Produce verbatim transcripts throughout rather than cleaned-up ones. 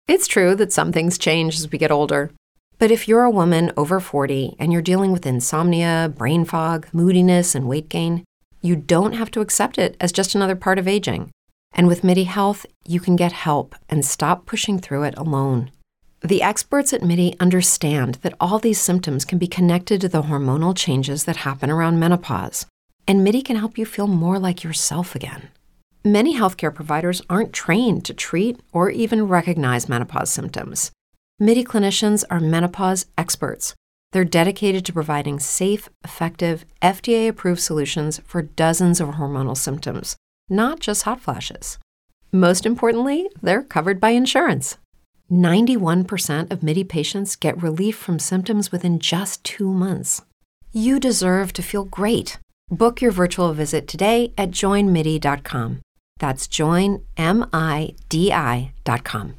It's true that some things change as we get older. But if you're a woman over forty and you're dealing with insomnia, brain fog, moodiness, and weight gain, you don't have to accept it as just another part of aging. And with MIDI Health, you can get help and stop pushing through it alone. The experts at MIDI understand that all these symptoms can be connected to the hormonal changes that happen around menopause, and MIDI can help you feel more like yourself again. Many healthcare providers aren't trained to treat or even recognize menopause symptoms. MIDI clinicians are menopause experts. They're dedicated to providing safe, effective, F D A-approved solutions for dozens of hormonal symptoms, not just hot flashes. Most importantly, they're covered by insurance. ninety-one percent of MIDI patients get relief from symptoms within just two months. You deserve to feel great. Book your virtual visit today at join midi dot com. That's join midi dot com.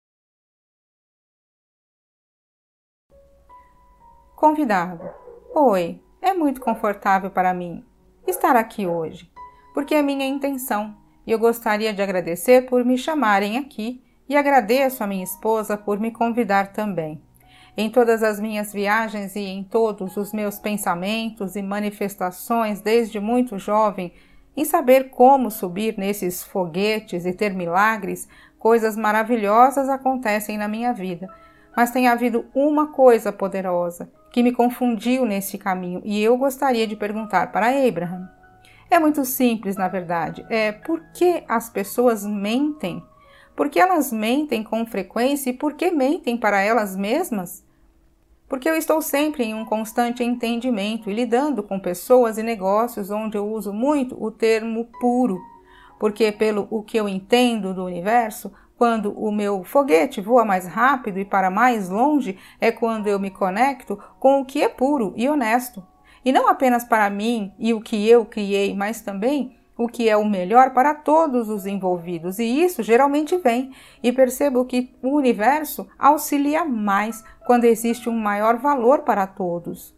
Convidado. Oi, é muito confortável para mim estar aqui hoje, porque é minha intenção e eu gostaria de agradecer por me chamarem aqui e agradeço a minha esposa por me convidar também. Em todas as minhas viagens e em todos os meus pensamentos e manifestações desde muito jovem, em saber como subir nesses foguetes e ter milagres, coisas maravilhosas acontecem na minha vida. Mas tem havido uma coisa poderosa que me confundiu nesse caminho e eu gostaria de perguntar para Abraham. É muito simples, na verdade. É por que as pessoas mentem? Por que elas mentem com frequência e por que mentem para elas mesmas? Porque eu estou sempre em um constante entendimento e lidando com pessoas e negócios onde eu uso muito o termo puro. Porque pelo o que eu entendo do universo, quando o meu foguete voa mais rápido e para mais longe, é quando eu me conecto com o que é puro e honesto. E não apenas para mim e o que eu criei, mas também o que é o melhor para todos os envolvidos. E isso geralmente vem. E percebo que o universo auxilia mais quando existe um maior valor para todos.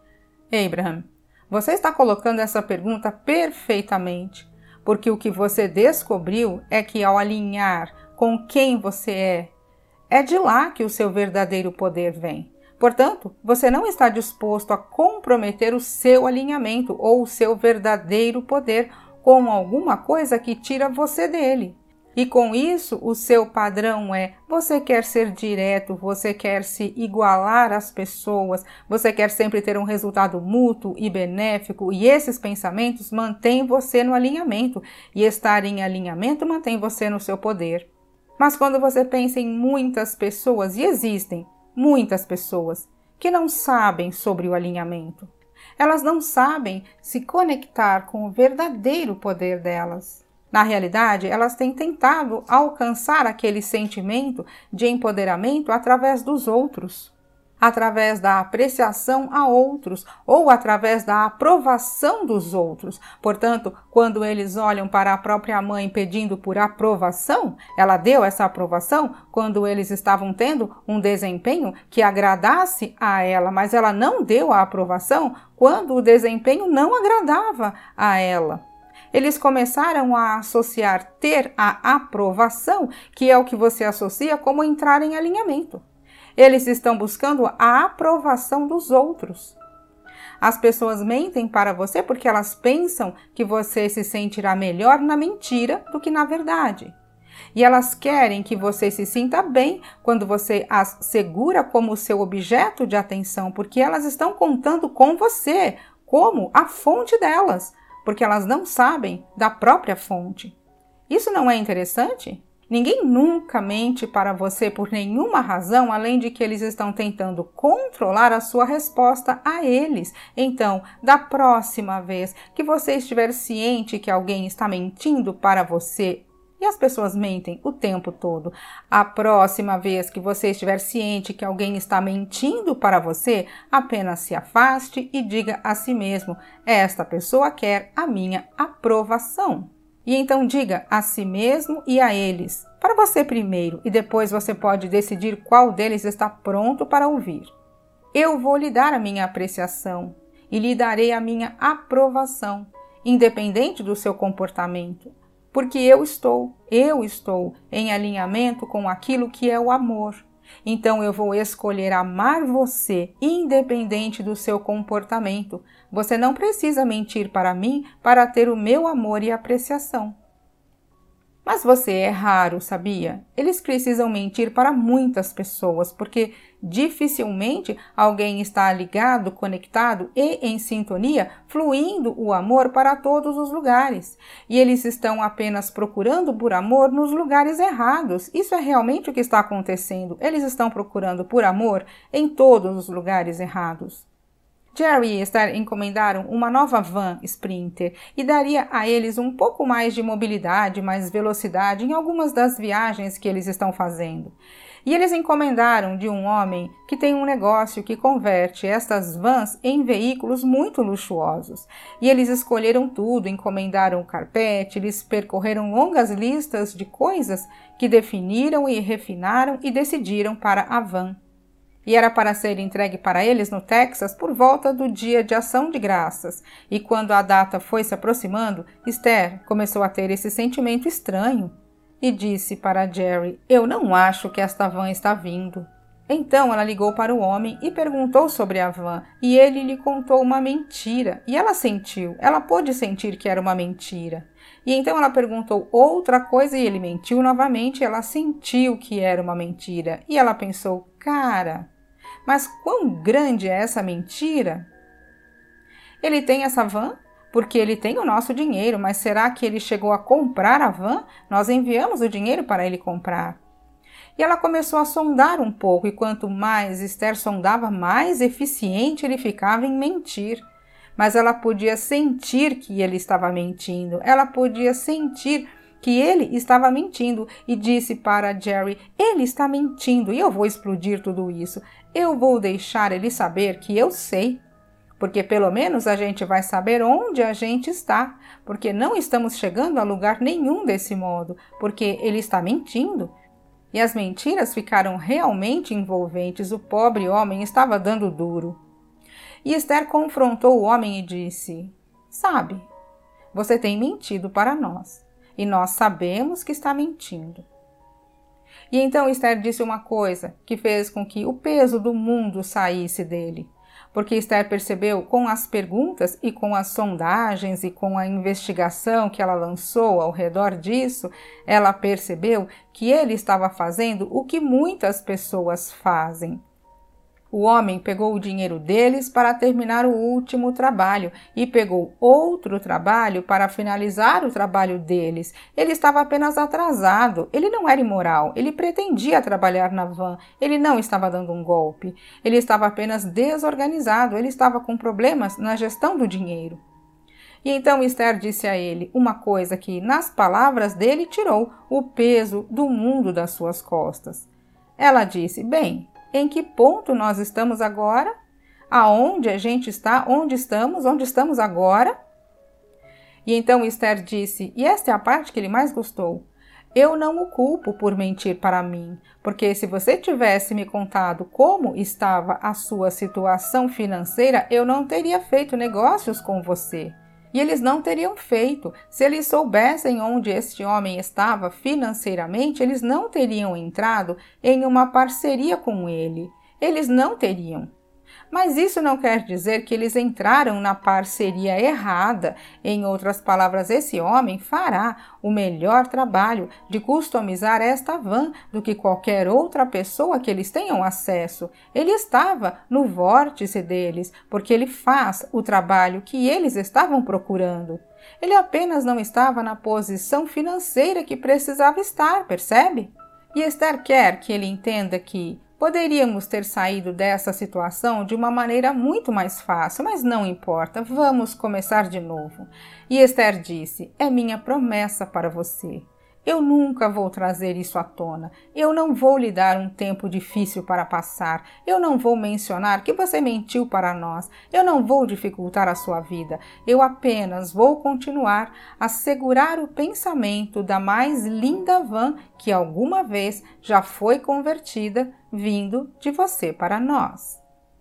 Abraham, você está colocando essa pergunta perfeitamente, porque o que você descobriu é que ao alinhar com quem você é, é de lá que o seu verdadeiro poder vem. Portanto, você não está disposto a comprometer o seu alinhamento ou o seu verdadeiro poder com alguma coisa que tira você dele. E com isso, o seu padrão é: você quer ser direto, você quer se igualar às pessoas, você quer sempre ter um resultado mútuo e benéfico, e esses pensamentos mantêm você no alinhamento, e estar em alinhamento mantém você no seu poder. Mas quando você pensa em muitas pessoas, e existem muitas pessoas que não sabem sobre o alinhamento, elas não sabem se conectar com o verdadeiro poder delas. Na realidade, elas têm tentado alcançar aquele sentimento de empoderamento através dos outros, através da apreciação a outros ou através da aprovação dos outros. Portanto, quando eles olham para a própria mãe pedindo por aprovação, ela deu essa aprovação quando eles estavam tendo um desempenho que agradasse a ela, mas ela não deu a aprovação quando o desempenho não agradava a ela. Eles começaram a associar ter a aprovação, que é o que você associa como entrar em alinhamento. Eles estão buscando a aprovação dos outros. As pessoas mentem para você porque elas pensam que você se sentirá melhor na mentira do que na verdade. E elas querem que você se sinta bem quando você as segura como seu objeto de atenção, porque elas estão contando com você como a fonte delas, porque elas não sabem da própria fonte. Isso não é interessante? Ninguém nunca mente para você por nenhuma razão, além de que eles estão tentando controlar a sua resposta a eles. Então, da próxima vez que você estiver ciente que alguém está mentindo para você, e as pessoas mentem o tempo todo, a próxima vez que você estiver ciente que alguém está mentindo para você, apenas se afaste e diga a si mesmo: esta pessoa quer a minha aprovação. E então diga a si mesmo e a eles, para você primeiro, e depois você pode decidir qual deles está pronto para ouvir. Eu vou lhe dar a minha apreciação e lhe darei a minha aprovação, independente do seu comportamento, porque eu estou, eu estou em alinhamento com aquilo que é o amor. Então eu vou escolher amar você, independente do seu comportamento. Você não precisa mentir para mim para ter o meu amor e apreciação. Mas você é raro, sabia? Eles precisam mentir para muitas pessoas, porque dificilmente alguém está ligado, conectado e em sintonia, fluindo o amor para todos os lugares. E eles estão apenas procurando por amor nos lugares errados. Isso é realmente o que está acontecendo. Eles estão procurando por amor em todos os lugares errados. Jerry e Esther encomendaram uma nova van Sprinter e daria a eles um pouco mais de mobilidade, mais velocidade em algumas das viagens que eles estão fazendo. E eles encomendaram de um homem que tem um negócio que converte estas vans em veículos muito luxuosos. E eles escolheram tudo, encomendaram o carpete, eles percorreram longas listas de coisas que definiram e refinaram e decidiram para a van. E era para ser entregue para eles no Texas por volta do dia de Ação de Graças. E quando a data foi se aproximando, Esther começou a ter esse sentimento estranho e disse para Jerry: "Eu não acho que esta van está vindo." Então ela ligou para o homem e perguntou sobre a van, e ele lhe contou uma mentira. E ela sentiu, ela pôde sentir que era uma mentira. E então ela perguntou outra coisa e ele mentiu novamente, e ela sentiu que era uma mentira. E ela pensou: cara, mas quão grande é essa mentira? Ele tem essa van porque ele tem o nosso dinheiro, mas será que ele chegou a comprar a van? Nós enviamos o dinheiro para ele comprar. E ela começou a sondar um pouco, e quanto mais Esther sondava, mais eficiente ele ficava em mentir. Mas ela podia sentir que ele estava mentindo, ela podia sentir que ele estava mentindo e disse para Jerry: ele está mentindo e eu vou explodir tudo isso. Eu vou deixar ele saber que eu sei, porque pelo menos a gente vai saber onde a gente está, porque não estamos chegando a lugar nenhum desse modo, porque ele está mentindo. E as mentiras ficaram realmente envolventes, o pobre homem estava dando duro. E Esther confrontou o homem e disse: sabe, você tem mentido para nós. E nós sabemos que está mentindo. E então Esther disse uma coisa que fez com que o peso do mundo saísse dele. Porque Esther percebeu, com as perguntas e com as sondagens e com a investigação que ela lançou ao redor disso, ela percebeu que ele estava fazendo o que muitas pessoas fazem. O homem pegou o dinheiro deles para terminar o último trabalho e pegou outro trabalho para finalizar o trabalho deles. Ele estava apenas atrasado, ele não era imoral, ele pretendia trabalhar na van, ele não estava dando um golpe, ele estava apenas desorganizado, ele estava com problemas na gestão do dinheiro. E então Esther disse a ele uma coisa que, nas palavras dele, tirou o peso do mundo das suas costas. Ela disse: bem, em que ponto nós estamos agora? Aonde a gente está? Onde estamos? Onde estamos agora? E então Esther disse, e esta é a parte que ele mais gostou: eu não o culpo por mentir para mim, porque se você tivesse me contado como estava a sua situação financeira, eu não teria feito negócios com você. E eles não teriam feito. Se eles soubessem onde este homem estava financeiramente, eles não teriam entrado em uma parceria com ele. Eles não teriam. Mas isso não quer dizer que eles entraram na parceria errada. Em outras palavras, esse homem fará o melhor trabalho de customizar esta van do que qualquer outra pessoa que eles tenham acesso. Ele estava no vórtice deles, porque ele faz o trabalho que eles estavam procurando. Ele apenas não estava na posição financeira que precisava estar, percebe? E Esther quer que ele entenda que poderíamos ter saído dessa situação de uma maneira muito mais fácil, mas não importa, vamos começar de novo. E Esther disse: é minha promessa para você. Eu nunca vou trazer isso à tona. Eu não vou lhe dar um tempo difícil para passar. Eu não vou mencionar que você mentiu para nós. Eu não vou dificultar a sua vida. Eu apenas vou continuar a segurar o pensamento da mais linda van que alguma vez já foi convertida, vindo de você para nós.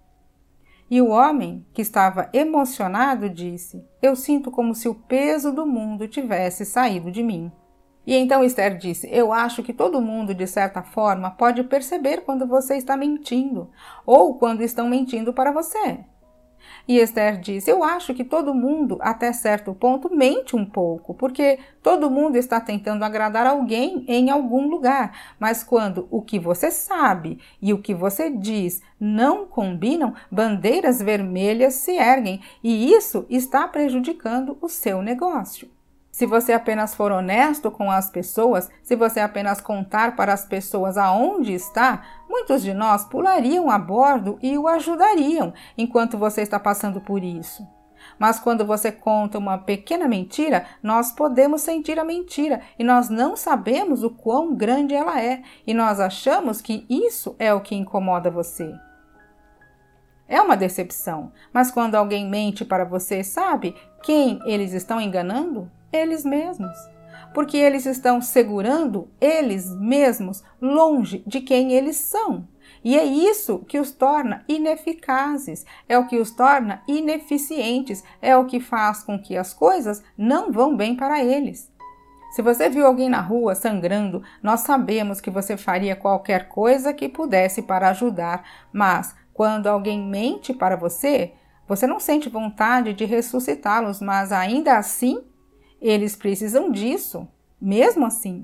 E o homem, que estava emocionado, disse: eu sinto como se o peso do mundo tivesse saído de mim. E então Esther disse, eu acho que todo mundo, de certa forma, pode perceber quando você está mentindo, ou quando estão mentindo para você. E Esther disse, eu acho que todo mundo, até certo ponto, mente um pouco, porque todo mundo está tentando agradar alguém em algum lugar, mas quando o que você sabe e o que você diz não combinam, bandeiras vermelhas se erguem, e isso está prejudicando o seu negócio. Se você apenas for honesto com as pessoas, se você apenas contar para as pessoas aonde está, muitos de nós pulariam a bordo e o ajudariam enquanto você está passando por isso. Mas quando você conta uma pequena mentira, nós podemos sentir a mentira e nós não sabemos o quão grande ela é e nós achamos que isso é o que incomoda você. É uma decepção, mas quando alguém mente para você, sabe quem eles estão enganando? Eles mesmos, porque eles estão segurando eles mesmos longe de quem eles são. E é isso que os torna ineficazes, é o que os torna ineficientes, é o que faz com que as coisas não vão bem para eles. Se você viu alguém na rua sangrando, nós sabemos que você faria qualquer coisa que pudesse para ajudar, mas quando alguém mente para você, você não sente vontade de ressuscitá-los, mas ainda assim, eles precisam disso, mesmo assim.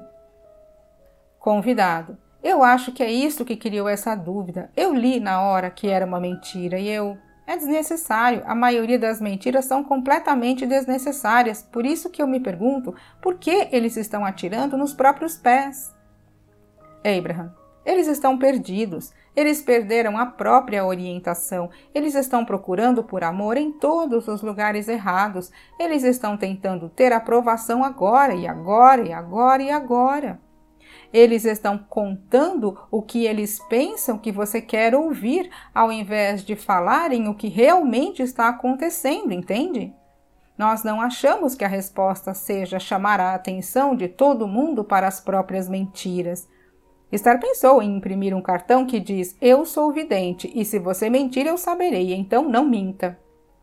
Convidado, eu acho que é isso que criou essa dúvida. Eu li na hora que era uma mentira e eu... É desnecessário, a maioria das mentiras são completamente desnecessárias, por isso que eu me pergunto por que eles estão atirando nos próprios pés. Abraham, eles estão perdidos. Eles perderam a própria orientação. Eles estão procurando por amor em todos os lugares errados. Eles estão tentando ter aprovação agora, e agora, e agora, e agora. Eles estão contando o que eles pensam que você quer ouvir, ao invés de falarem o que realmente está acontecendo, entende? Nós não achamos que a resposta seja chamar a atenção de todo mundo para as próprias mentiras. Esther pensou em imprimir um cartão que diz, eu sou vidente, e se você mentir eu saberei, então não minta.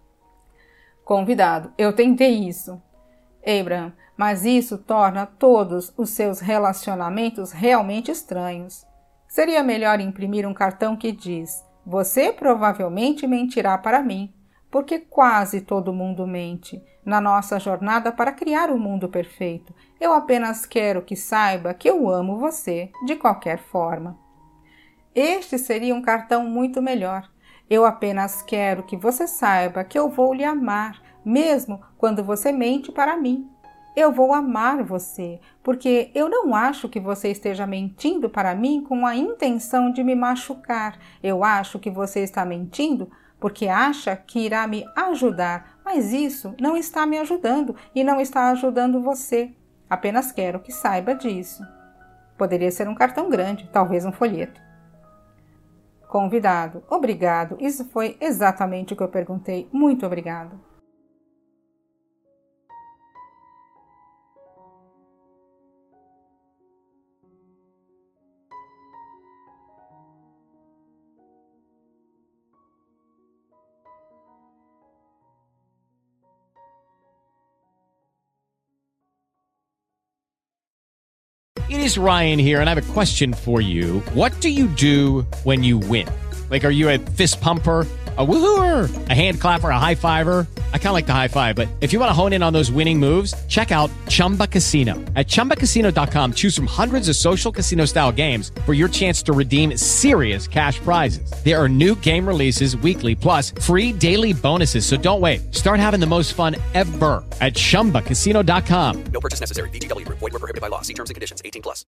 Convidado, eu tentei isso. Abraham, mas isso torna todos os seus relacionamentos realmente estranhos. Seria melhor imprimir um cartão que diz, você provavelmente mentirá para mim, porque quase todo mundo mente. Na nossa jornada para criar o um mundo perfeito, eu apenas quero que saiba que eu amo você de qualquer forma. Este seria um cartão muito melhor. Eu apenas quero que você saiba que eu vou lhe amar, mesmo quando você mente para mim. Eu vou amar você, porque eu não acho que você esteja mentindo para mim com a intenção de me machucar. Eu acho que você está mentindo porque acha que irá me ajudar, mas isso não está me ajudando e não está ajudando você. Apenas quero que saiba disso. Poderia ser um cartão grande, talvez um folheto. Convidado, obrigado. Isso foi exatamente o que eu perguntei. Muito obrigado. It is Ryan here, and I have a question for you. What do you do when you win? Like, are you a fist pumper, a woohooer, a hand clapper, a high fiver? I kind of like the high five, but if you want to hone in on those winning moves, check out Chumba Casino. At chumba casino dot com, choose from hundreds of social casino-style games for your chance to redeem serious cash prizes. There are new game releases weekly, plus free daily bonuses, so don't wait. Start having the most fun ever at chumba casino dot com. No purchase necessary. V G W. Void where prohibited by law. See terms and conditions. eighteen plus.